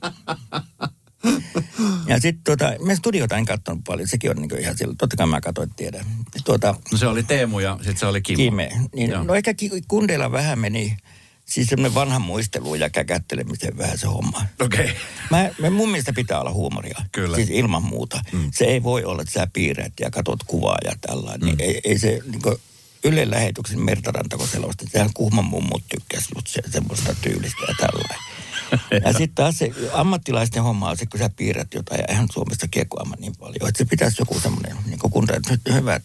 Ja sitten me studiota en katsonut paljon. Sekin on niinku ihan sillä. Totta kai mä katsoin, että tiedän. No se oli Teemu ja sitten se oli Kime. Niin, no ehkä kundeilla vähän meni siis semmoinen vanha muistelu ja käkättelemisen vähän se homma. Okei. Mun mielestä pitää olla huumoria. Kyllä. Siis ilman muuta. Se ei voi olla, että sä piirrät ja katot kuvaa ja tällainen. Niin ei se niinku Ylen lähetyksen Merta Ranta, kun selosti. Sehän Kuhman mummut tykkäsi semmoista tyylistä ja tällainen. Ja sitten taas se ammattilaisten homma on se, kun sä piirrät jotain, ja eihän Suomessa kiekkoama niin paljon. Että se pitäisi joku semmoinen, niin kuin nyt hyvä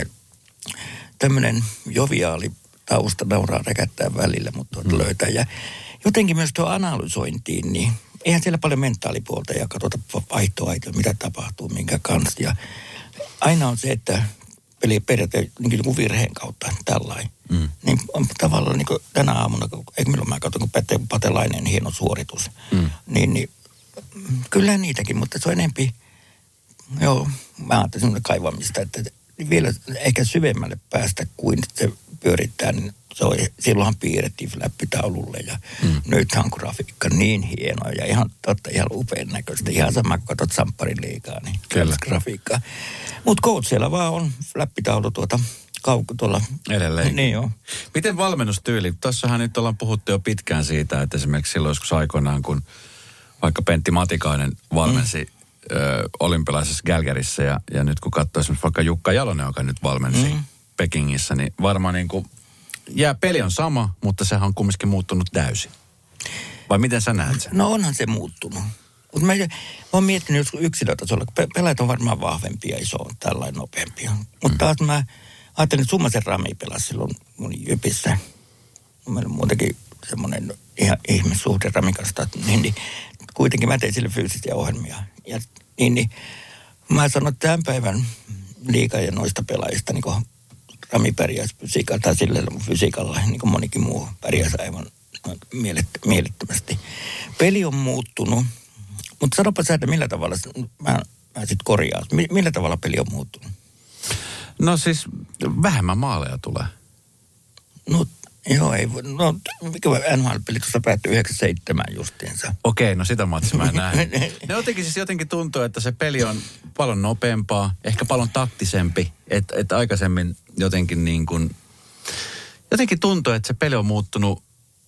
tämmöinen joviaali tausta nauraa räkättää välillä, mutta löytää. Ja jotenkin myös tuo analysointiin, niin eihän siellä paljon mentaalipuolta ja katsota vaihtoa, mitä tapahtuu, minkä kanssa. Ja aina on se, että periaatteessa niin joku virheen kautta tällainen. Niin on tavallaan niin kuin tänä aamuna, eikö milloin mä katson, kun Patelainen hieno suoritus. Niin kyllä niitäkin, mutta se on enempi, mä ajattelin semmoinen kaivamista, että vielä ehkä syvemmälle päästä kuin se pyörittää, niin silloinhan piirrettiin fläppitaululle ja nythän on grafiikka niin hienoa ja ihan upean näköistä. Ihan sama kuin katsot Sampparin liigaa, niin grafiikkaa. Mutta siellä vaan on fläppitaulu tuolla. Edelleen. Niin joo. Miten valmennustyyli? Tuossahan nyt ollaan puhuttu jo pitkään siitä, että esimerkiksi silloin joskus aikoinaan, kun vaikka Pentti Matikainen valmensi olympialaisessa Gälgärissä ja nyt kun katsoo esimerkiksi vaikka Jukka Jalonen, joka nyt valmensi Pekingissä, niin varmaan niin kuin peli on sama, mutta sehän on kumminkin muuttunut täysin. Vai miten sä näet sen? No onhan se muuttunut. Mutta mä oon miettinyt yksilötasolla, kun pelaajat on varmaan vahvempia ja iso on tällainen nopeampia. Mutta taas mä ajattelin, että Summasen Rami pelasi silloin mun Jypissä. Meillä on muutenkin semmoinen ihan ihmissuhde Ramin kanssa, niin kuitenkin mä tein sille fyysisiä ohjelmia. Ja niin mä sanon, että tämän päivän liiga ja noista pelaajista, niin kuin Rami pärjäsi fysiikalla, tai sillä fysiikalla, niin kuin monikin muu pärjäsi aivan mielettömästi. Peli on muuttunut, mutta sanopa sä, että millä tavalla, mä sitten korjaan, millä tavalla peli on muuttunut? No siis vähemmän maaleja tulee. No joo, ei voi. No mikä NHL-peli tuossa päättyi 97 justiinsa. Okei, no sitä matsia mä en näe. Jotenkin tuntuu, että se peli on paljon nopeampaa, ehkä paljon taktisempi. Että aikaisemmin jotenkin niin kuin, jotenkin tuntuu, että se peli on muuttunut,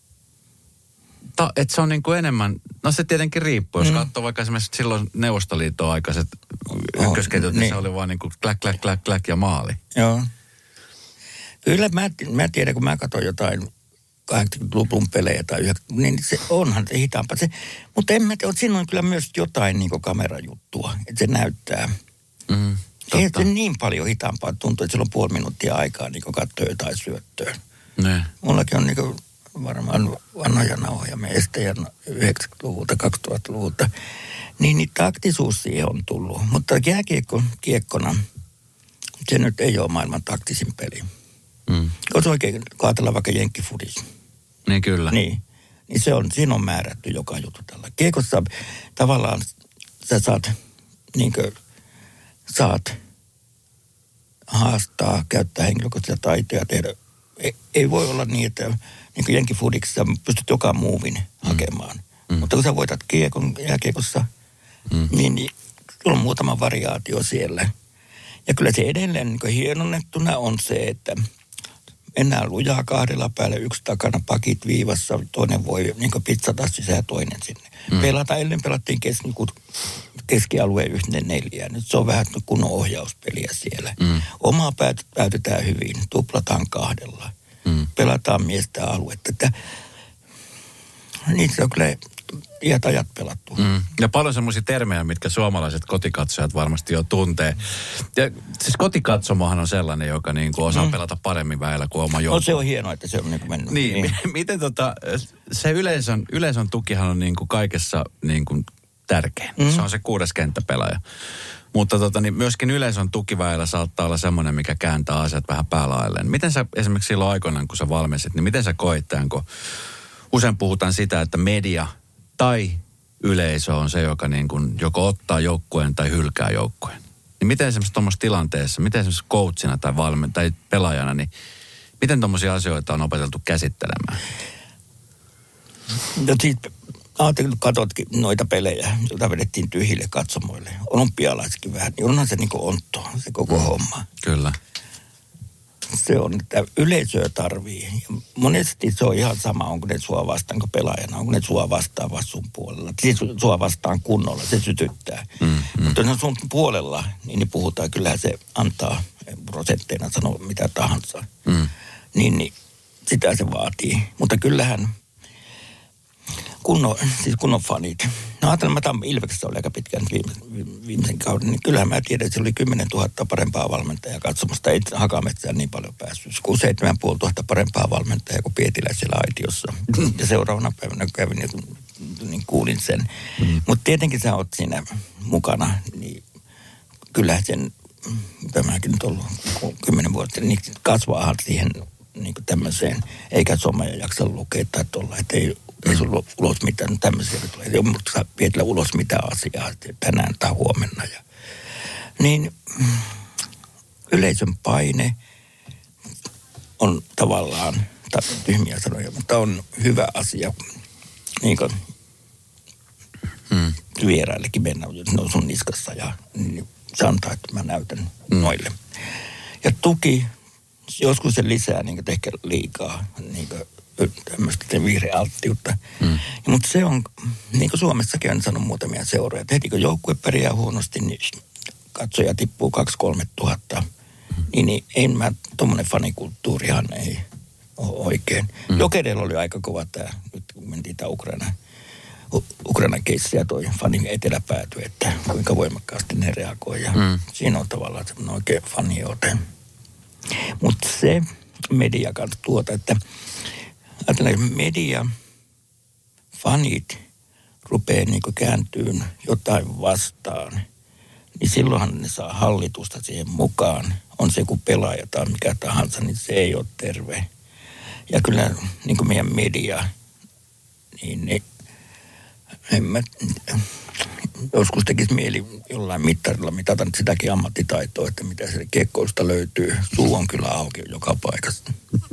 että se on niin kuin enemmän, no se tietenkin riippuu. Jos katsoo vaikka esimerkiksi silloin Neuvostoliiton aikaiset ykkösketjut, niin se oli vaan niin kuin kläk ja maali. Joo. Kyllä mä tiedän, kun mä katson jotain 80-luvun pelejä tai 90, niin se onhan se hitaampaa. Mutta en mä tiedä, siinä on kyllä myös jotain niin kuin kamerajuttua, että se näyttää. Ei se niin paljon hitaampaa tuntuu, että sillä on puoli minuuttia aikaa niin kuin katsoa jotain syöttöä. Ne. Mullakin on niin kuin varmaan vanhoja nauhoja meistä ja 90-luvulta, 2000-luvulta. Niin taktisuus siihen on tullut. Mutta jääkiekkona se nyt ei ole maailman taktisin peli. Jos oikein, kun ajatellaan vaikka jenkkifudis. Niin kyllä. Niin. Niin siinä on määrätty joka juttu tällä. Kiekossa tavallaan sä saat haastaa, käyttää henkilökohtaisia taitoja, tehdä. Ei voi olla niin, että niin kuin jenkifoodiksessa pystyt joka muuvin hakemaan. Mutta kun sä voitat jääkiekossa, niin sulla on muutama variaatio siellä. Ja kyllä se edelleen niin kuin hienonnettuna on se, että mennään lujaa kahdella päällä, yksi takana, pakit viivassa, toinen voi niin kuin pizzata sisään, toinen sinne. Ennen pelattiin keskialueen 1-4. Nyt se on vähän kunnon ohjauspeliä siellä. Omaa päätetään hyvin, tuplataan 2. Pelataan miestä aluetta. Niin se on kyllä iät ajat pelattu. Ja paljon semmoisia termejä, mitkä suomalaiset kotikatsojat varmasti jo tuntee. Ja siis kotikatsomohan on sellainen, joka niinku osaa pelata paremmin väillä kuin oma joukkue. No se on hienoa, että se on niinku mennyt. Niin. Miten se yleisön tukihan on niinku kaikessa niinku tärkein. Se on se 6. kenttäpelaaja. Mutta niin myöskin yleisön tukiväellä saattaa olla semmoinen, mikä kääntää asiat vähän päälailleen. Miten sä esimerkiksi silloin aikoinaan, kun sä valmensit, niin miten sä koit tämän, kun usein puhutaan sitä, että media tai yleisö on se, joka niin kuin joko ottaa joukkueen tai hylkää joukkueen. Niin miten esimerkiksi tuommoisessa tilanteessa, miten esimerkiksi coachina tai pelaajana, niin miten tuommoisia asioita on opeteltu käsittelemään? No siis, ajattelin, kun katsotkin noita pelejä, joita vedettiin tyhjille katsomoille, olympialaiskin vähän, niin onhan se niin kuin ontto, se koko homma. Kyllä. Se on, että yleisöä tarvii. Ja monesti se on ihan sama, onko ne sua vastaan kuin pelaajana, onko ne sua vastaan sun puolella. Siis sua vastaan kunnolla, se sytyttää. Mutta jos on sun puolella, niin puhutaan, kyllähän se antaa prosentteina sanoa mitä tahansa. Niin sitä se vaatii. Mutta kyllähän kunnon fanit. No ajatellaan, että Ilveksessä oli aika pitkään viimeisen kauden, niin kyllähän mä tiedän, että se oli 10 000 parempaa valmentajaa katsomasta. Ei Hakametsään niin paljon päässyt. 7 500 parempaa valmentajaa kuin Pietiläisellä aitiossa. Ja seuraavana päivänä kävin ja niin kuulin sen. Mutta tietenkin sä oot siinä mukana, niin kyllähän sen, mitä mäkin nyt ollut 10 vuotta, niin kasvaahan siihen niin kuin tämmöiseen, eikä somea jaksa lukea tai tuolla, että ei sulla ulos mitään tämmöisiä, ei ole mutta Pietilä ulos mitään asiaa tänään tai huomenna. Niin yleisön paine on tavallaan, tyhmiä sanoja, mutta on hyvä asia niin kuin vieraillekin mennä, jos ne on sun niskassa ja niin se antaa, että mä näytän noille. Ja tuki, joskus se lisää niin kuin ehkä liikaa niin kuin tämmöistä vihrealttiutta. Mutta se on, niin kuin Suomessakin on sanonut muutamia seuroja, että heti kun joukkue pärjää huonosti, niin katsoja tippuu 2-3 tuhatta. Niin ei tuommoinen fanikulttuurihan ei ole oikein. Jokereilla oli aika kova tämä, nyt kun mentiin tämä Ukrainan keissi ja toi fanin eteläpääty, että kuinka voimakkaasti ne reagoi. Ja siinä on tavallaan semmoinen oikein faniote. Mutta se media kanssa että ajatellaan, että media, fanit rupeaa niin kääntyyn jotain vastaan, niin silloinhan ne saa hallitusta siihen mukaan. On se kun pelaaja tai mikä tahansa, niin se ei ole terve. Ja kyllä niin kuin meidän media, niin joskus tekisi mieli jollain mittarilla mitata sitäkin ammattitaitoa, että mitä se kiekkoista löytyy. Suu on kyllä auki joka paikassa.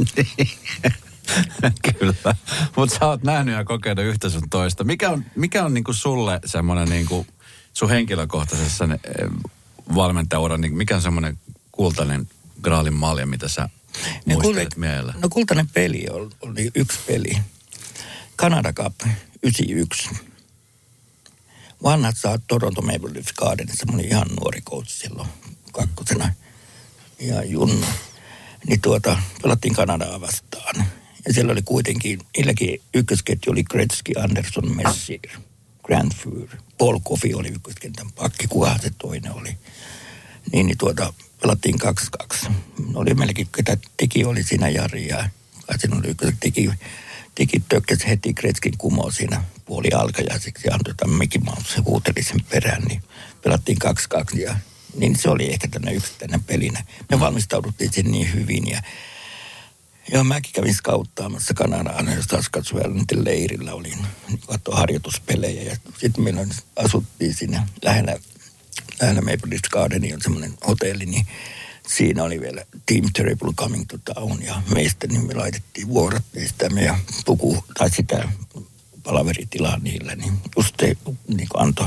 Kyllä, mutta sä oot nähnyt ja kokenut yhtä sun toista. Mikä on niinku sulle semmoinen niinku sun henkilökohtaisessa valmentajaura, niin mikä on semmoinen kultainen graalin malja, mitä sä muistelet mielellä? No kultainen peli oli yksi peli. Canada Cup 91. Vanhat saa Toronto Maple Leafs Gardenissa, semmoinen ihan nuori coach silloin kakkosena. Ja Junnu. Niin pelattiin Kanadaa vastaan. Ja siellä oli kuitenkin, niilläkin ykkösketju oli Gretzky, Anderson, Messier, Grand Fur. Paul Coffey oli ykköskentän pakki, kukaan se toinen oli. Niin pelattiin 2-2. Oli melkein, ketä Tiki oli siinä Jari ja siinä oli Tiki tökkäsi heti Gretzkin kumoon siinä puoli alkajaiseksi ja antoi tämän Mickey Mouse, se huuteli sen perään, niin pelattiin 2-2 ja niin se oli ehkä tämmöinen yksittäinen pelinä. Me valmistauduttiin sen niin hyvin ja Joo, mäkin kävin skauttaamassa Kanadaan, jos taas Saskatchewanin leirillä olin, katsoin harjoituspelejä. Ja sitten meillä asuttiin siinä lähellä Maple Gardenia, on semmoinen hotelli, niin siinä oli vielä Team Terrible Coming to Town. Ja meistä niin me laitettiin, vuorattiin sitä meidän tai sitä palaveritilaa niillä, niin just se niin antoi.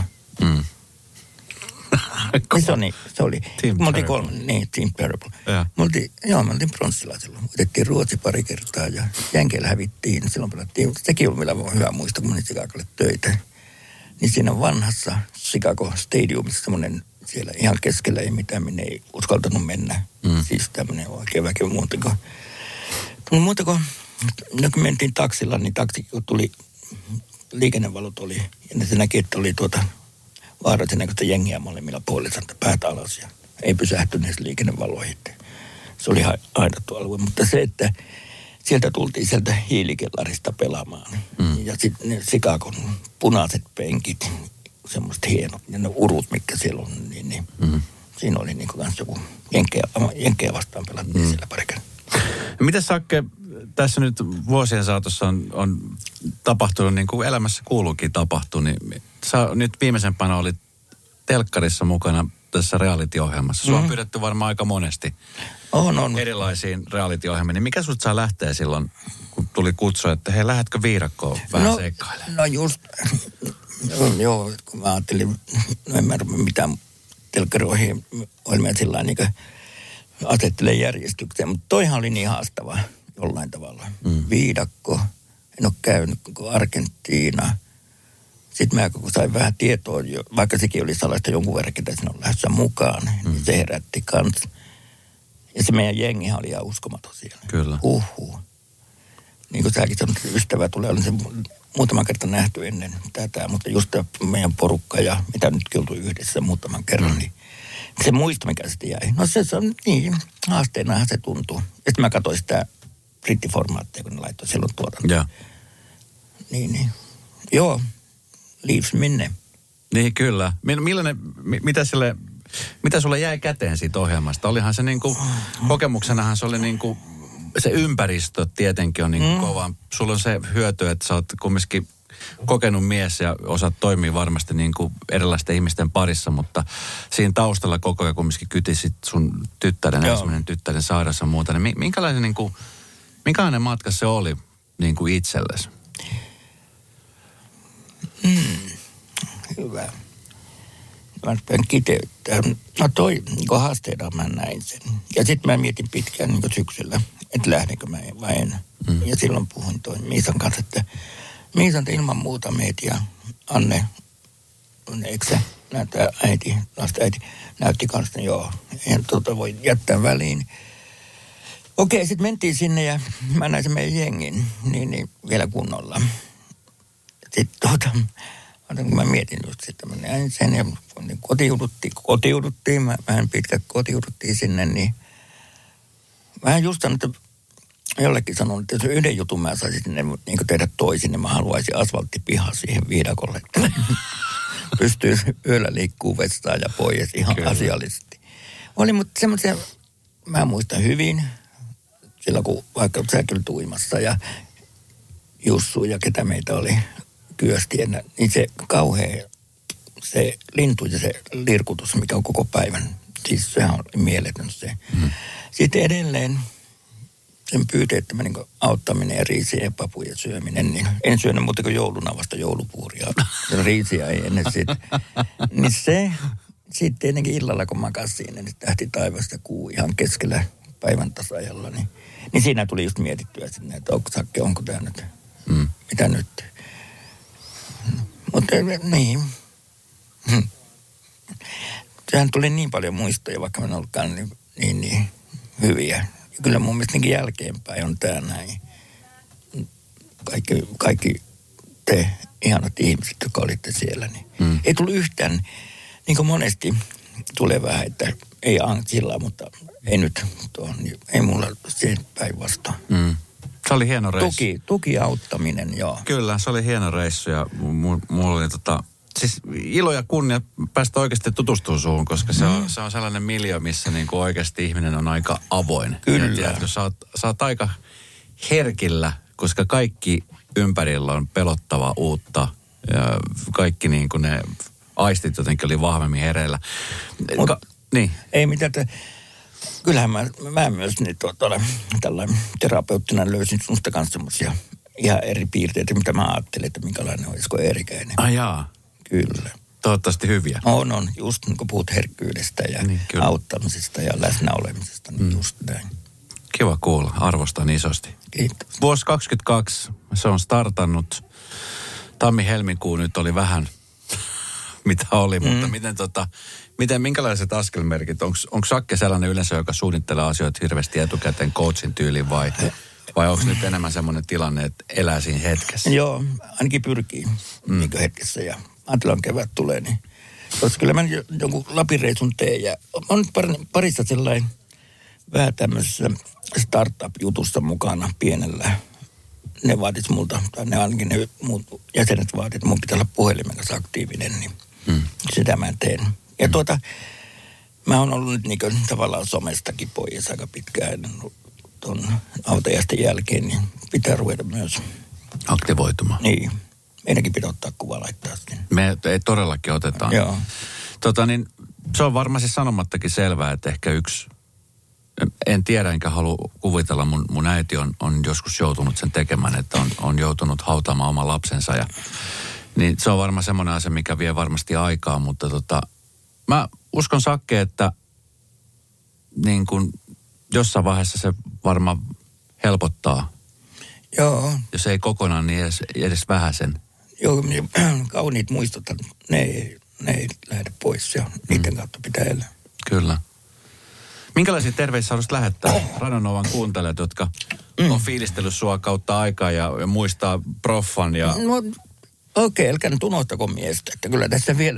Se oli. Team Terrible. Me oltiin pronssilla silloin. Otettiin Ruotsi pari kertaa ja Jänkeillä hävittiin. Silloin pelattiin. Sekin oli vielä hyvä muista, kun menin Chicagolle töitä. Niin siinä vanhassa Chicago Stadiumissa semmoinen siellä ihan keskellä ei mitään, minne ei uskaltanut mennä. Siis tämmöinen oikein väkevä muuta kuin kun mentiin taksilla, niin taksi tuli, liikennevalot oli, ja se näki, että oli vaarallisen näköistä jengiä molemmilla puolilla, päätä alas ja ei pysähtyneet liikennevaloihin. Se oli aidattu alue, mutta se, että sieltä tultiin sieltä hiilikellarista pelaamaan. Ja sitten ne Chicagon punaiset penkit, semmoiset hienot, ja ne urut, mitkä siellä on, niin siinä oli niin kuin joku jenkeä vastaan pelattiin siellä pari kertaa. Miten Sakke, tässä nyt vuosien saatossa on tapahtunut niin kuin elämässä kuuluukin tapahtuu, niin sä nyt viimeisempänä olit telkkarissa mukana tässä reality-ohjelmassa. Sua on pyydetty varmaan aika monesti erilaisiin reality-ohjelmiin. Niin mikä sut saa lähteä silloin, kun tuli kutsu, että hei, lähdetkö viidakkoon vähän seikkailemaan? No just, joo, kun mä ajattelin, en mä mitään telkkariohjelmia sillä niin kuin asettelee järjestykseen, mutta toihan oli niin haastava jollain tavalla. Viidakko, en ole käynyt koko Argentiina. Sitten mä kun sain vähän tietoa, vaikka sekin oli salaista jonkun verran, ketä siinä on lähdössä mukaan, niin se herätti kanssa. Ja se meidän jengihan oli ihan uskomaton siellä. Kyllä. Niin kuin säkin sanoit, että ystävä tulee, olen sen muutaman kerran nähty ennen tätä, mutta just meidän porukka ja mitä nytkin oltu yhdessä muutaman kerran, niin se muisto, mikä sitten jäi. No se on niin, haasteenahan se tuntuu. Sitten mä katsoin sitä brittiformaattia, kun ne laittoi silloin tuotantoon. Ja. Niin. Joo, leaves minne. Niin kyllä. Mitä sulle jäi käteen siitä ohjelmasta? Olihan se niinku, kokemuksenahan se oli niinku, se ympäristö tietenkin on niinku kova. Sulla on se hyöty, että sä oot kumminkin kokenut mies ja osaat toimia varmasti niinku erilaisten ihmisten parissa, mutta siinä taustalla koko ajan kumminkin kytisit sun ensimmäinen tyttären sairaus ja muuta. Niin minkälainen matka se oli niinku itsellesi? Hyvä. Mä rupean kiteyttämään. No toi niin haasteena mä näin sen. Ja sitten mä mietin pitkään niin syksyllä, että lähdenkö mä vai en. Ja silloin puhuin toi Miisan kanssa, että Miisan ilman muuta meitä ja Anne, eikö se näyttää lasten äiti, näytti kanssa, joo, en voi jättää väliin. Okei, sitten mentiin sinne ja mä näin sen meidän jengin, niin vielä kunnolla. Sitten kun mä mietin just sitä, mä näin sen ja kotiuduttiin, vähän pitkä kotiuduttiin sinne, niin mä just sanon, että jollekin sanon, että jos yhden jutun mä saisin sinne niin tehdä toisin, niin mä haluaisin asfalttipihaa siihen viidakolle, että pystyy yöllä liikkuu vestaan ja pois ihan asiallisesti. Oli, mutta semmoisia, mä muistan hyvin, silloin kun vaikka säkin olit uimassa ja Jussu ja ketä meitä oli kyöstien, niin se kauhea, se lintu ja se lirkutus, mikä on koko päivän, siis sehän on mieletön se. Sitten edelleen sen pyyteettömän niin auttaminen ja riisien ja papujen syöminen, niin en syönyt muuta kuin jouluna vasta joulupuuria. Riisiä ei ennen sitten. Niin se, sitten tietenkin illalla kun makasin, niin tähti taivasta kuu ihan keskellä päivän tasajalla, niin siinä tuli just mietittyä sinne, että onko tämä nyt, mitä nyt. Mutta niin. Sehän tuli niin paljon muistoja, vaikka mä en ollutkaan niin hyviä. Ja kyllä mun mielestä niin jälkeenpäin on tää näin. Kaikki te ihanat ihmiset, jotka olitte siellä, niin ei tullut yhtään, niin kuin monesti tulee vähän, että ei sillä, mutta ei nyt tuohon, niin ei mulla siihen päinvastoin. Se oli hieno reissu. Tuki-auttaminen, joo. Kyllä, se oli hieno reissu ja mulla oli siis ilo ja kunnia päästä oikeasti tutustumaan suhun, koska se on sellainen miljö, missä niinku oikeasti ihminen on aika avoin. Kyllä. Ja tiedätkö, sä oot aika herkillä, koska kaikki ympärillä on pelottavaa uutta. Ja kaikki niin kuin ne aistit jotenkin oli vahvemmin hereillä. Niin. Ei mitään. Kyllähän mä myös niin tällainen terapeuttina löysin susta kanssa semmoisia ihan eri piirteitä, mitä mä ajattelin, että minkälainen olisiko Eerikäinen. Jaa. Kyllä. Toivottavasti hyviä. On. Just niin kuin puhut herkkyydestä ja niin, auttamisesta ja läsnäolemisesta, niin just näin. Kiva kuulla. Arvostan isosti. Kiitos. Vuosi 2022, se on startannut. Tammi-helmikuu nyt oli vähän mitä oli, mutta minkälaiset askelmerkit? Onko Sakke sellainen yleensä, joka suunnittelee asioita hirveästi etukäteen coachin tyyliin vai onko nyt enemmän semmoinen tilanne, että elää siinä hetkessä? Joo, ainakin pyrkii niin hetkessä ja ajatellaan kevät tulee, niin koska kyllä mä jonkun Lapin-reissun teen ja on nyt parissa sellainen vähän tämmöisessä startup-jutussa mukana pienellä. Ne vaatis multa, tai ne ainakin ne muut jäsenet vaatit, että mun pitää olla puhelimen kanssa aktiivinen, niin sitä mä teen. Ja mä oon ollut nyt niin kuin tavallaan somestakin pois aika pitkään tuon autajasten jälkeen, niin pitää ruveta myös aktivoitumaan. Niin. Meidänkin pitää ottaa kuva laittaa sitten. Me ei todellakin otetaan. Joo. Se on varmasti sanomattakin selvää, että ehkä yksi, en tiedä enkä halua kuvitella, mun äiti on joskus joutunut sen tekemään, että on joutunut hautaamaan oman lapsensa. Niin se on varmaan semmoinen asia, mikä vie varmasti aikaa, mutta mä uskon Sakke, että niin kun jossain vaiheessa se varmaan helpottaa. Joo. Jos ei kokonaan, niin edes vähäsen. Joo, kauniit muistot, ne ei lähde pois ja niiden kautta pitää elää. Kyllä. Minkälaisia terveisiä haluaisit lähettää Radionovan kuuntelijat, jotka on fiilistellyt sua kautta aikaa ja muistaa proffan ja... No, okei, älkää nyt unohtako miestä, että kyllä tässä vielä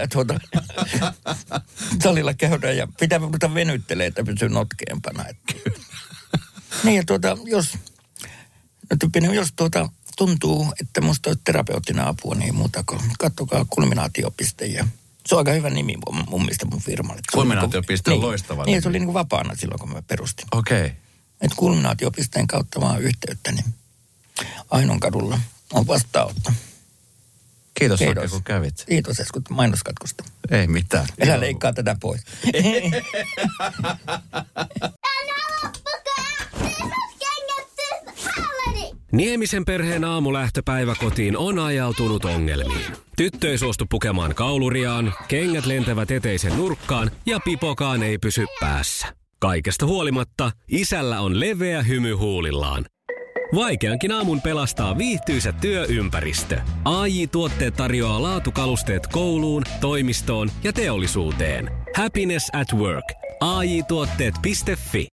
salilla käydään ja pitää venyttelee, että pysyy notkeampana. Niin ja jos tuntuu, että musta olisi terapeuttinen apua, niin muuta kuin katsokaa Kulminaatiopiste ja se on aika hyvä nimi mun mielestä mun firmalle. Kulminaatiopiste on loistava nimi. Niin, se oli niin kuin vapaana silloin, kun mä perustin. Okei. Että Kulminaatiopisteen kautta vaan yhteyttä, niin Ainonkadulla on vastaanotto. Kiitos Sakke, kun kävit. Kiitos äsken mainoskatkosta. Ei mitään. Elä leikkaa tätä pois. Niemisen perheen aamulähtöpäivä kotiin on ajautunut ongelmiin. Tyttö ei suostu pukemaan kauluriaan, kengät lentävät eteisen nurkkaan ja pipokaan ei pysy päässä. Kaikesta huolimatta, isällä on leveä hymy huulillaan. Vaikeankin aamun pelastaa viihtyisä työympäristö. AJ Tuotteet tarjoaa laatukalusteet kouluun, toimistoon ja teollisuuteen. Happiness at work. AJ-tuotteet.fi